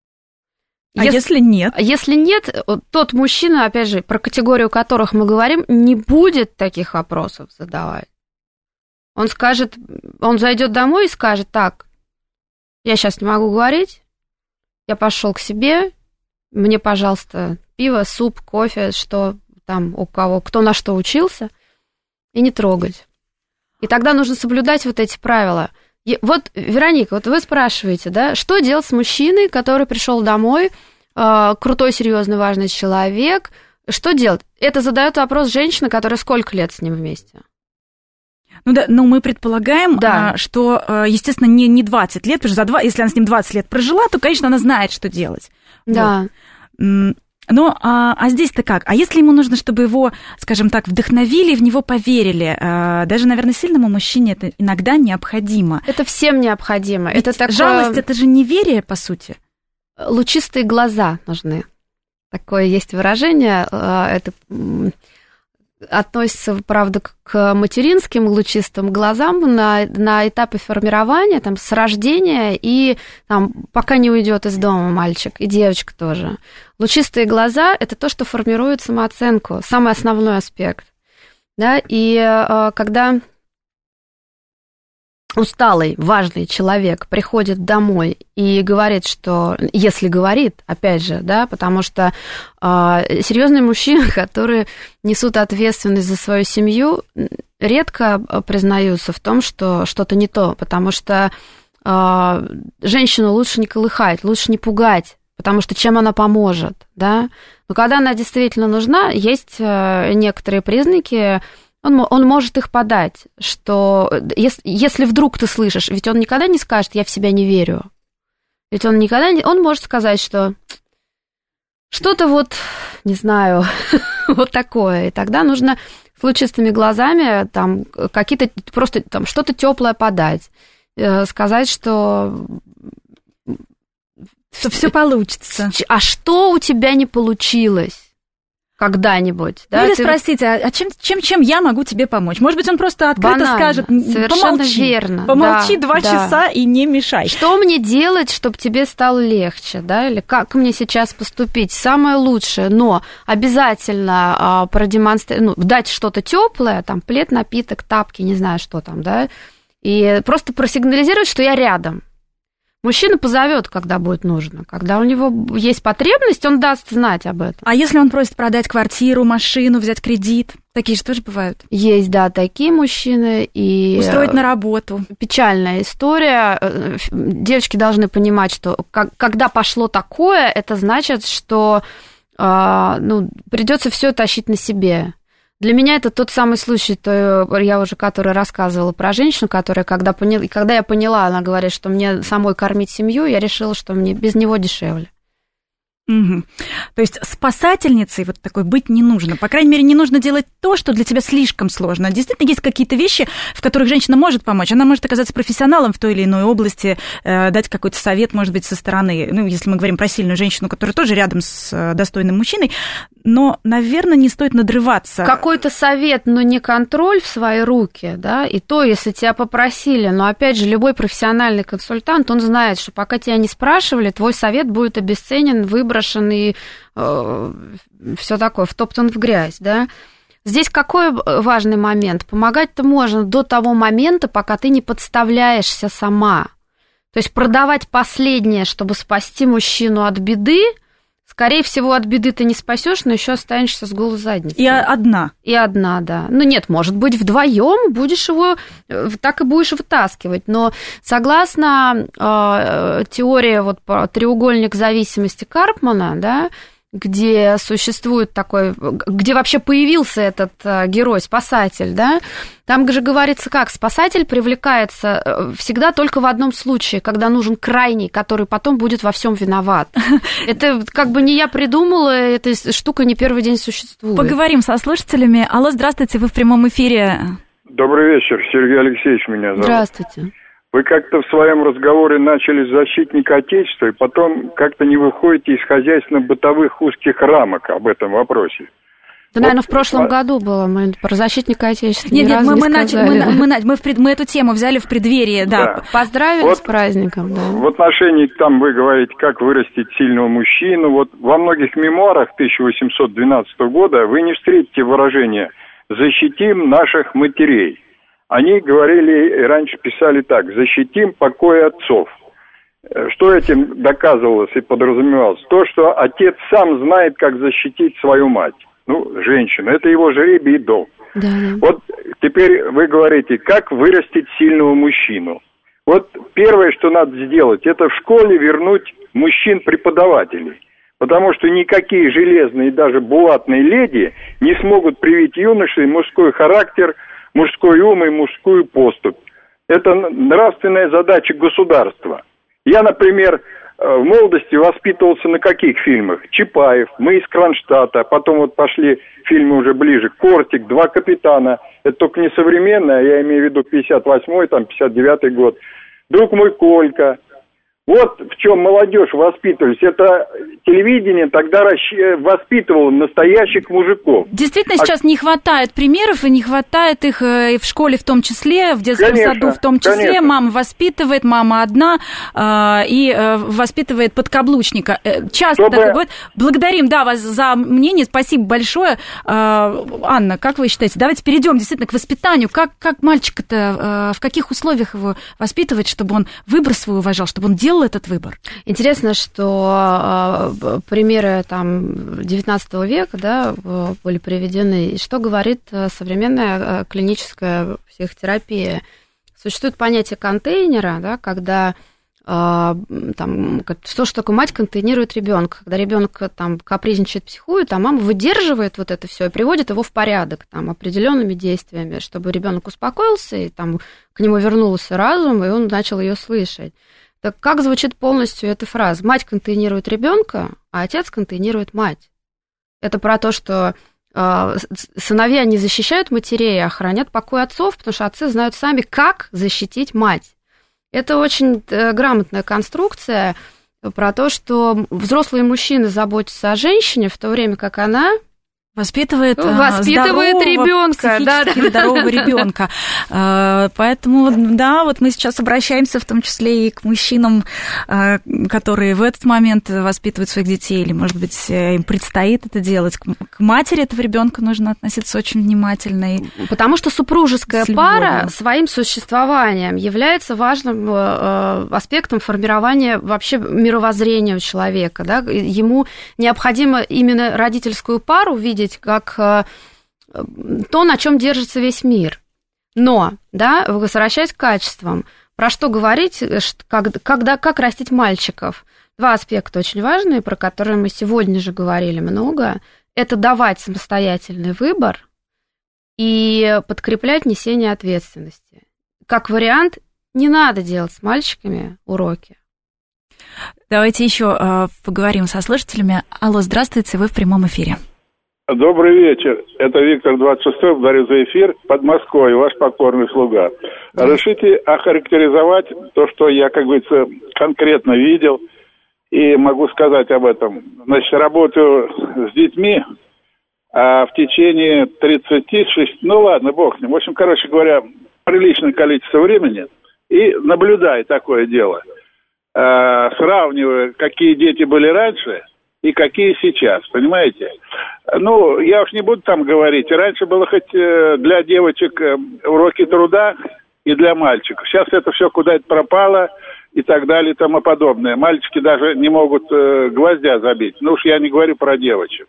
А если, если нет? Если нет, тот мужчина, опять же, про категорию которых мы говорим, не будет таких вопросов задавать. Он скажет, он зайдет домой и скажет, так, я сейчас не могу говорить, я пошел к себе, мне, пожалуйста, пиво, суп, кофе, что там у кого, кто на что учился, и не трогать. И тогда нужно соблюдать вот эти правила. И вот, Вероника, вот вы спрашиваете, да, что делать с мужчиной, который пришел домой, э, крутой, серьезный, важный человек, что делать? Это задает вопрос женщина, которая сколько лет с ним вместе? Ну да, но мы предполагаем, да. что, естественно, не, не двадцать лет, потому что за два, если она с ним двадцать лет прожила, то, конечно, она знает, что делать. Да. Вот. Но, а, а здесь-то как? А если ему нужно, чтобы его, скажем так, вдохновили и в него поверили? Даже, наверное, сильному мужчине это иногда необходимо. Это всем необходимо. Ведь это такое... жалость – это же неверие, по сути. Лучистые глаза нужны. Такое есть выражение. Это относится, правда, к материнским лучистым глазам на, на этапе формирования, там, с рождения и там, пока не уйдет из дома мальчик, и девочка тоже. Лучистые глаза – это то, что формирует самооценку, самый основной аспект. Да? И э, когда усталый, важный человек приходит домой и говорит, что, если говорит, опять же, да, потому что э, серьезные мужчины, которые несут ответственность за свою семью, редко признаются в том, что что-то не то, потому что э, женщину лучше не колыхать, лучше не пугать, потому что чем она поможет, да. Но когда она действительно нужна, есть э, некоторые признаки. Он, он может их подать, что если, если вдруг ты слышишь, ведь он никогда не скажет, я в себя не верю. Ведь он никогда не... Он может сказать, что что-то вот, не знаю, вот такое. И тогда нужно с лучистыми глазами там какие-то, просто там что-то теплое подать. Сказать, что... Что все получится. А что у тебя не получилось? Когда-нибудь. Да? Или ты... спросите, а чем, чем, чем я могу тебе помочь? Может быть, он просто открыто Банально. Скажет, совершенно помолчи, верно. помолчи да, два да. часа и не мешай. Что мне делать, чтобы тебе стало легче, да? Или как мне сейчас поступить? Самое лучшее, но обязательно а, продемонстрировать, ну, дать что-то теплое, там, плед, напиток, тапки, не знаю, что там, да, и просто просигнализировать, что я рядом. Мужчина позовет, когда будет нужно. Когда у него есть потребность, он даст знать об этом. А если он просит продать квартиру, машину, взять кредит? Такие же тоже бывают? Есть, да, такие мужчины. И устроить на работу. Печальная история. Девочки должны понимать, что когда пошло такое, это значит, что ну, придется все тащить на себе. Для меня это тот самый случай, то я уже который рассказывала про женщину, которая, когда, поняла, когда я поняла, она говорит, что мне самой кормить семью, я решила, что мне без него дешевле. Угу. То есть спасательницей вот такой быть не нужно. По крайней мере, не нужно делать то, что для тебя слишком сложно. Действительно, есть какие-то вещи, в которых женщина может помочь. Она может оказаться профессионалом в той или иной области, э, дать какой-то совет, может быть, со стороны. Ну, если мы говорим про сильную женщину, которая тоже рядом с э, достойным мужчиной. Но, наверное, не стоит надрываться. Какой-то совет, но не контроль в свои руки, да, и то, если тебя попросили. Но, опять же, любой профессиональный консультант, он знает, что пока тебя не спрашивали, твой совет будет обесценен, выброшен и э, все такое, втоптан в грязь, да. Здесь какой важный момент? Помогать-то можно до того момента, пока ты не подставляешься сама. То есть продавать последнее, чтобы спасти мужчину от беды, скорее всего, от беды ты не спасешь, но еще останешься с голой задницей. И одна. И одна, да. Ну нет, может быть, вдвоем будешь его, так и будешь вытаскивать. Но согласно э, теории вот, треугольник зависимости Карпмана, да, где существует такой, где вообще появился этот герой, спасатель, да, там же говорится как, спасатель привлекается всегда только в одном случае, когда нужен крайний, который потом будет во всем виноват. Это как бы не я придумала, эта штука не первый день существует. Поговорим со слушателями. Алло, здравствуйте, вы в прямом эфире. Добрый вечер, Сергей Алексеевич меня зовут. Здравствуйте. Вы как-то в своем разговоре начали с защитника Отечества, и потом как-то не выходите из хозяйственно-бытовых узких рамок об этом вопросе. Да, вот, наверное, в прошлом а... году было, мы про защитника Отечества нет, ни нет, разу мы, не мы сказали. Начали, мы, мы, мы, мы, мы эту тему взяли в преддверии, да. да. Поздравили вот с праздником, да. В отношении, там вы говорите, как вырастить сильного мужчину. Вот во многих мемуарах тысяча восемьсот двенадцатого года вы не встретите выражение «защитим наших матерей». Они говорили, раньше писали так: «защитим покой отцов». Что этим доказывалось и подразумевалось? То, что отец сам знает, как защитить свою мать. Ну, женщину. Это его жребий и долг. Да. Вот теперь вы говорите, как вырастить сильного мужчину. Вот первое, что надо сделать, это в школе вернуть мужчин-преподавателей. Потому что никакие железные, даже булатные леди не смогут привить юноше мужской характер, мужской ум и мужскую поступь. Это нравственная задача государства. Я, например, в молодости воспитывался на каких фильмах? Чапаев, «Мы из Кронштадта», потом вот пошли фильмы уже ближе, «Кортик», «Два капитана». Это только не современное, я имею в виду пятьдесят восьмой, там, пятьдесят девятый год. «Друг мой Колька». Вот в чем молодежь воспитывались. Это телевидение тогда воспитывало настоящих мужиков. Действительно, сейчас а... не хватает примеров, и не хватает их и в школе в том числе, в детском конечно, саду в том числе. Конечно. Мама воспитывает, мама одна, э, и э, воспитывает подкаблучника. Часто Чтобы... так бывает. Благодарим, да, вас за мнение, спасибо большое. Э, Анна, как вы считаете? Давайте перейдем действительно к воспитанию. Как, как мальчика-то, э, в каких условиях его воспитывать, чтобы он выбор свой уважал, чтобы он делал этот выбор? Интересно, что э, примеры там девятнадцатого века, да, были приведены. И что говорит современная клиническая психотерапия? Существует понятие контейнера, да, когда э, там, что, что такое мать контейнирует ребенка, когда ребенок там капризничает, психует, а мама выдерживает вот это все и приводит его в порядок там, определенными действиями, чтобы ребенок успокоился, и там к нему вернулся разум, и он начал ее слышать. Так как звучит полностью эта фраза? Мать контейнирует ребенка, а отец контейнирует мать. Это про то, что э, сыновья не защищают матерей, а хранят покой отцов, потому что отцы знают сами, как защитить мать. Это очень э, грамотная конструкция про то, что взрослые мужчины заботятся о женщине, в то время как она... Воспитывает, Воспитывает здорового, ребенка, да, да. здорового ребенка. Поэтому, да, вот мы сейчас обращаемся в том числе и к мужчинам, которые в этот момент воспитывают своих детей, или, может быть, им предстоит это делать. К матери этого ребенка нужно относиться очень внимательно. Потому что супружеская пара своим существованием является важным аспектом формирования вообще мировоззрения у человека. Да? Ему необходимо именно родительскую пару видеть как то, на чем держится весь мир. Но, да, возвращаясь к качествам, про что говорить, как, когда, как растить мальчиков? Два аспекта очень важные, про которые мы сегодня же говорили много. Это давать самостоятельный выбор и подкреплять несение ответственности. Как вариант, не надо делать с мальчиками уроки. Давайте еще э, поговорим со слушателями. Алло, здравствуйте, вы в прямом эфире. Добрый вечер. Это Виктор двадцать шестой, благодарю за эфир. Подмосковье, ваш покорный слуга. Разрешите охарактеризовать то, что я, как говорится, конкретно видел и могу сказать об этом. Значит, работаю с детьми а в течение тридцати шести, ну ладно, бог с ним. В общем, короче говоря, приличное количество времени и наблюдаю такое дело. А, сравниваю, какие дети были раньше и какие сейчас, понимаете? Ну, я уж не буду там говорить. Раньше было хоть для девочек уроки труда и для мальчиков. Сейчас это все куда-то пропало и так далее и тому подобное. Мальчики даже не могут гвоздя забить. Ну уж я не говорю про девочек.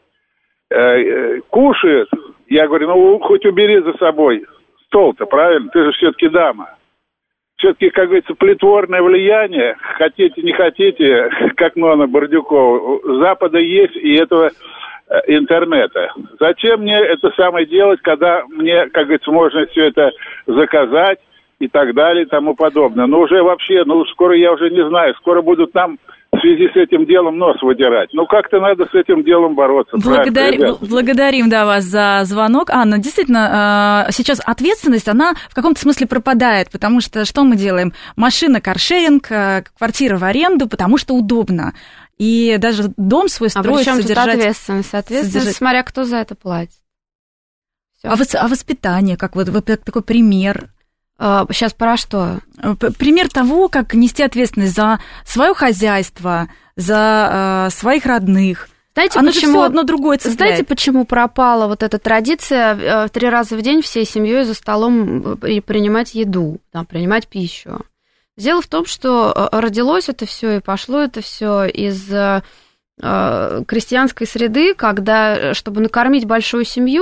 Кушают. Я говорю, ну хоть убери за собой стол-то, правильно? Ты же все-таки дама. Все-таки, как говорится, плетворное влияние, хотите, не хотите, как Нона Бордюкова, у Запада есть и этого интернета. Зачем мне это самое делать, когда мне, как говорится, можно все это заказать и так далее и тому подобное. Но уже вообще, ну, скоро я уже не знаю, скоро будут нам в связи с этим делом нос выдирать. Ну, как-то надо с этим делом бороться. Благодарим, благодарим, да, вас за звонок. Анна, действительно, сейчас ответственность, она в каком-то смысле пропадает, потому что что мы делаем? Машина, каршеринг, квартира в аренду, потому что удобно. И даже дом свой строить, а при чем содержать... тут ответственность? Ответственность, содержать... смотря кто за это платит. А, вос... а воспитание, как вот, вот такой пример... Сейчас про что? Пример того, как нести ответственность за свое хозяйство, за э, своих родных. Знаете, Оно почему одно другое цепляет. Знаете, почему пропала вот эта традиция в три раза в день всей семьей за столом принимать еду, да, принимать пищу? Дело в том, что родилось это все и пошло это все из крестьянской среды, когда, чтобы накормить большую семью,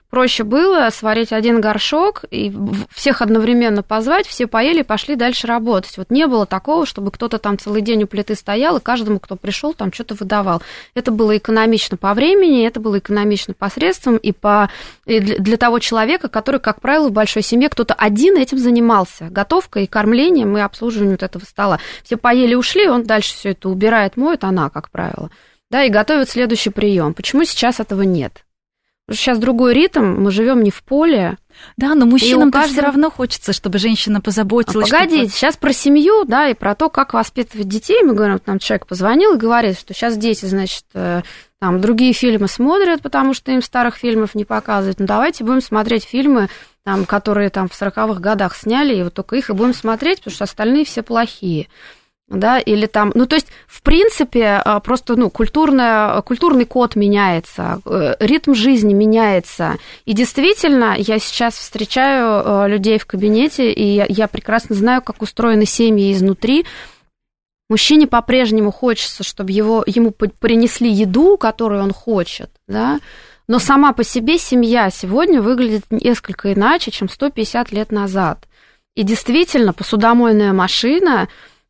проще было сварить один горшок и всех одновременно позвать, все поели и пошли дальше работать. Вот не было такого, чтобы кто-то там целый день у плиты стоял, и каждому, кто пришел, там что-то выдавал. Это было экономично по времени, это было экономично по средствам и, по... и для того человека, который, как правило, в большой семье кто-то один этим занимался. Готовкой, кормлением и обслуживанием вот этого стола. Все поели, ушли, он дальше все это убирает, моет, она, как правило. Да, и готовит следующий прием. Почему сейчас этого нет? Потому что сейчас другой ритм, мы живем не в поле. Да, но мужчинам каждого... все равно хочется, чтобы женщина позаботилась. Погодите, чтобы... сейчас про семью, да, и про то, как воспитывать детей. Мы говорим, вот нам человек позвонил и говорит, что сейчас дети, значит, там другие фильмы смотрят, потому что им старых фильмов не показывают. Ну, давайте будем смотреть фильмы, там, которые там в сороковых годах сняли, и вот только их и будем смотреть, потому что остальные все плохие. Да, или там, ну, то есть, в принципе, просто, ну, культурная, культурный код меняется, ритм жизни меняется, и действительно, я сейчас встречаю людей в кабинете, и я, я прекрасно знаю, как устроены семьи изнутри. Мужчине по-прежнему хочется, чтобы его, ему принесли еду, которую он хочет, да, но сама по себе семья сегодня выглядит несколько иначе, чем сто пятьдесят лет назад. И действительно, посудомоечная машина,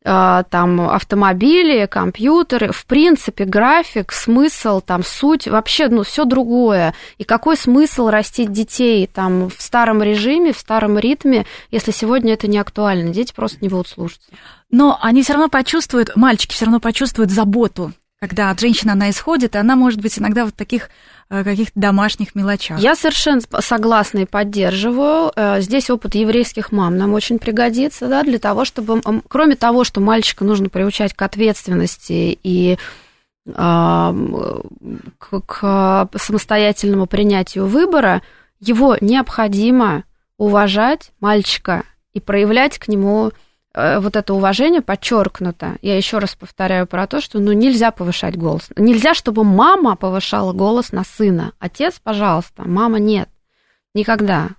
там автомобили, компьютеры, в принципе, график, смысл, там суть, вообще, ну, все другое. И какой смысл растить детей там в старом режиме, в старом ритме, если сегодня это не актуально? Дети просто не будут слушаться. Но они все равно почувствуют, мальчики все равно почувствуют заботу, когда от женщины она исходит, и она может быть иногда в таких каких-то домашних мелочах. Я совершенно согласна и поддерживаю. Здесь опыт еврейских мам нам очень пригодится, да, для того, чтобы, кроме того, что мальчика нужно приучать к ответственности и а, к, к самостоятельному принятию выбора, его необходимо уважать, мальчика, и проявлять к нему вот это уважение подчеркнуто. Я еще раз повторяю про то, что ну, нельзя повышать голос. Нельзя, чтобы мама повышала голос на сына. Отец, пожалуйста, мама нет. Никогда.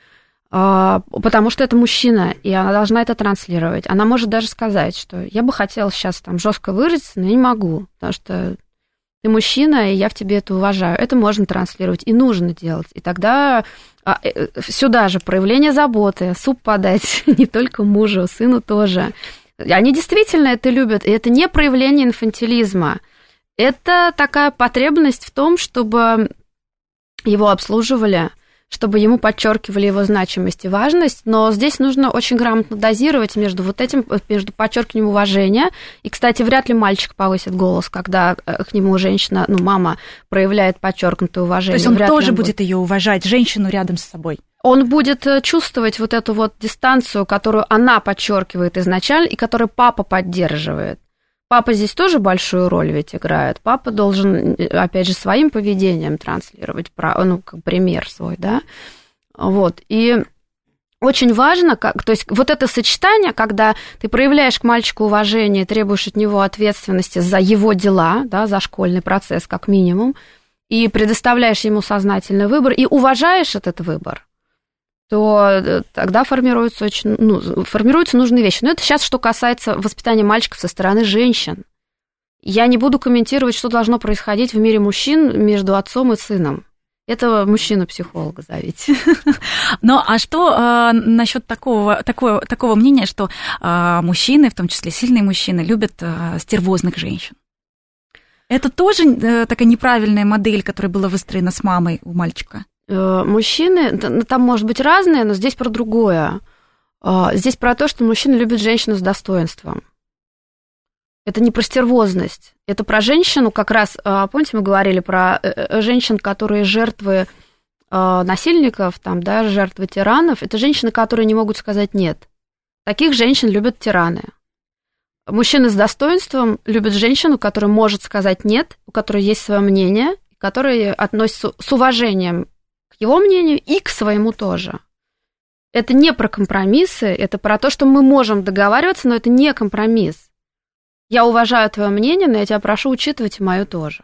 Потому что это мужчина, и она должна это транслировать. Она может даже сказать, что я бы хотела сейчас там жестко выразиться, но я не могу, потому что ты мужчина, и я в тебе это уважаю. Это можно транслировать и нужно делать. И тогда а, сюда же проявление заботы, суп подать не только мужу, сыну тоже. Они действительно это любят, и это не проявление инфантилизма. Это такая потребность в том, чтобы его обслуживали, чтобы ему подчеркивали его значимость и важность, но здесь нужно очень грамотно дозировать между вот этим, между подчеркиванием уважения, и, кстати, вряд ли мальчик повысит голос, когда к нему женщина, ну, мама проявляет подчеркнутое уважение. То есть он вряд тоже он будет ее уважать, женщину рядом с собой. Он будет чувствовать вот эту вот дистанцию, которую она подчеркивает изначально, и которую папа поддерживает. Папа здесь тоже большую роль ведь играет. Папа должен, опять же, своим поведением транслировать, ну, как пример свой, да. Вот, и очень важно, как, то есть вот это сочетание, когда ты проявляешь к мальчику уважение, требуешь от него ответственности за его дела, да, за школьный процесс как минимум, и предоставляешь ему сознательный выбор, и уважаешь этот выбор, то тогда формируются, очень, ну, формируются нужные вещи. Но это сейчас, что касается воспитания мальчиков со стороны женщин. Я не буду комментировать, что должно происходить в мире мужчин между отцом и сыном. Это мужчину-психолога зовите. Ну, а что э, насчет такого, такого, такого мнения, что э, мужчины, в том числе сильные мужчины, любят э, стервозных женщин? Это тоже э, такая неправильная модель, которая была выстроена с мамой у мальчика? Мужчины, там может быть разные, но здесь про другое. Здесь про то, что мужчина любит женщину с достоинством. Это не про стервозность. Это про женщину, как раз, помните, мы говорили про женщин, которые жертвы насильников, там, да, жертвы тиранов. Это женщины, которые не могут сказать «нет». Таких женщин любят тираны. Мужчины с достоинством любят женщину, которая может сказать «нет», у которой есть свое мнение, которая относится с уважением к его мнению и к своему тоже. Это не про компромиссы, это про то, что мы можем договариваться, но это не компромисс. Я уважаю твое мнение, но я тебя прошу учитывать и мое тоже.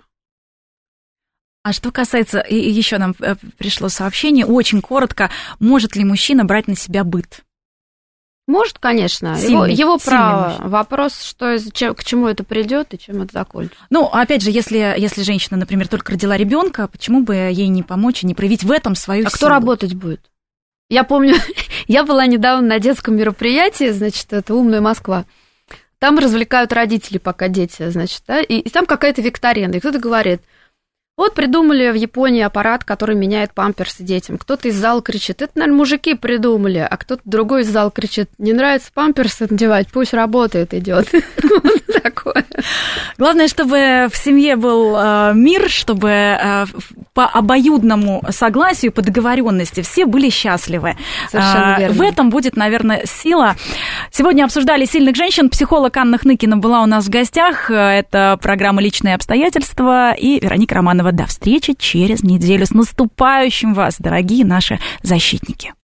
А что касается, и еще нам пришло сообщение, очень коротко, может ли мужчина брать на себя быт? Может, конечно. Сильный, его его право. мужчина. Вопрос, что, чем, к чему это придет и чем это закончится. Ну, опять же, если, если женщина, например, только родила ребенка, почему бы ей не помочь и не проявить в этом свою А силу? кто работать будет? Я помню, я была недавно на детском мероприятии, значит, это «Умная Москва». Там развлекают родители, пока дети, значит, да, и, и там какая-то викторина, и кто-то говорит: вот придумали в Японии аппарат, который меняет памперсы детям. Кто-то из зала кричит: это, наверное, мужики придумали, а кто-то другой из зала кричит: не нравится памперсы надевать, пусть работает, идет. Такое. Главное, чтобы в семье был э, мир, чтобы э, по обоюдному согласию, по договоренности все были счастливы. Совершенно верно. В этом будет, наверное, сила. Сегодня обсуждали сильных женщин. Психолог Анна Хныкина была у нас в гостях. Это программа «Личные обстоятельства» и Вероника Романова. До встречи через неделю. С наступающим вас, дорогие наши защитники.